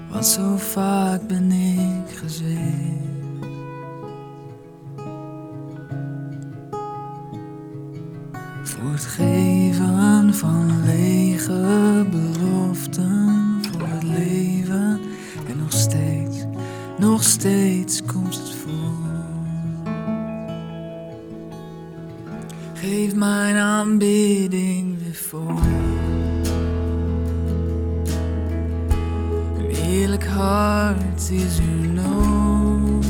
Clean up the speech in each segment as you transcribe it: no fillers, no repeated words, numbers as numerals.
Want zo vaak ben ik gezwicht. Voor het geven van lege beloften voor het leven. En nog steeds komt het voor. Geef mijn aanbidding weer voor. Een eerlijk hart is uw nood.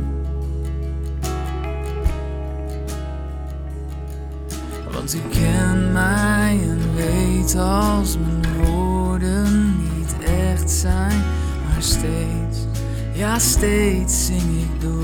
Want u kent mij en weet als mijn woorden niet echt zijn, maar steeds, ja steeds zing ik door.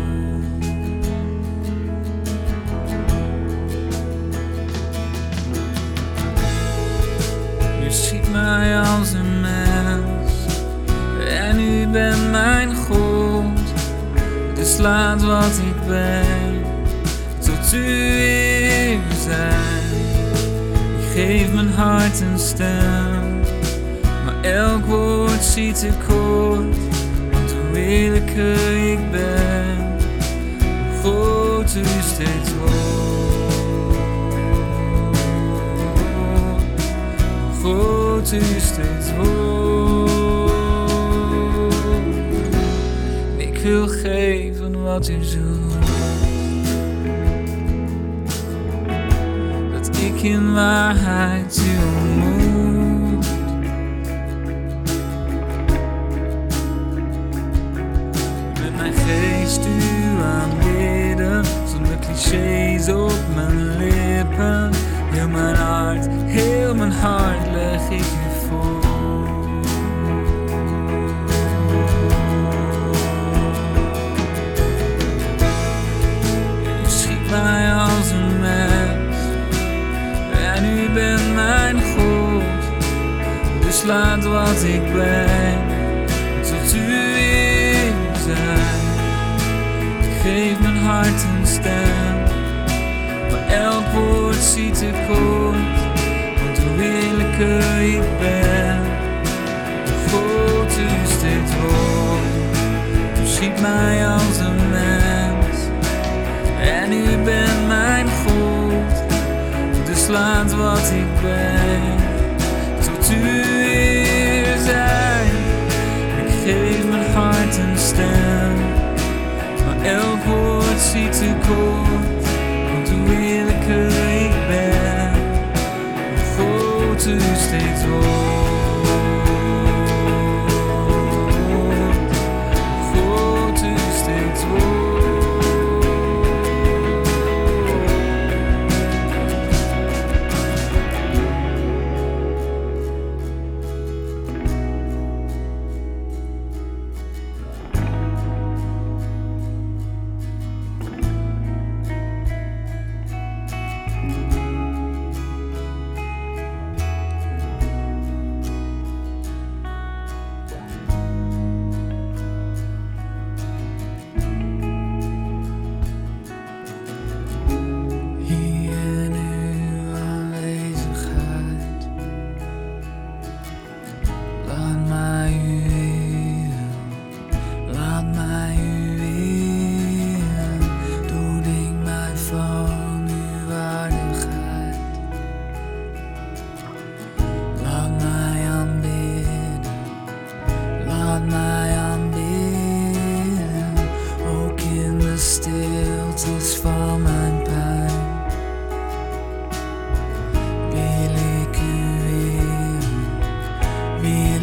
U ziet mij als een mens en u bent mijn God. Dus laat wat ik ben tot u eer zijn. Ik geef mijn hart een stem, maar elk woord ziet tekort. Want hoe eerlijker ik ben, hoe groter u steeds wordt. Hoe groter u steeds wordt. Ik wil geven wat u zoekt. Dat ik in waarheid u ontmoet. Met mijn geest u aanbidden, zonder clichés op mijn lippen. Heel mijn hart leg ik u voor. U schiet mij als een mens en u bent mijn God. Dus laat wat ik ben tot u eer zijn. Ik geef mijn hart een stem, maar elk woord ziet tekort. Want hoe eerlijker ik ben, hoe groter u steeds wordt. U ziet mij als een mens en u bent mijn God. Dus laat wat ik ben tot u eer zijn. Ik geef mijn hart een stem, maar elk woord ziet tekort. Want hoe eerlijker ik ben, hoe groter u steeds wordt. Hoe groter u steeds wordt. Stiltes van mijn pijn wil ik u weer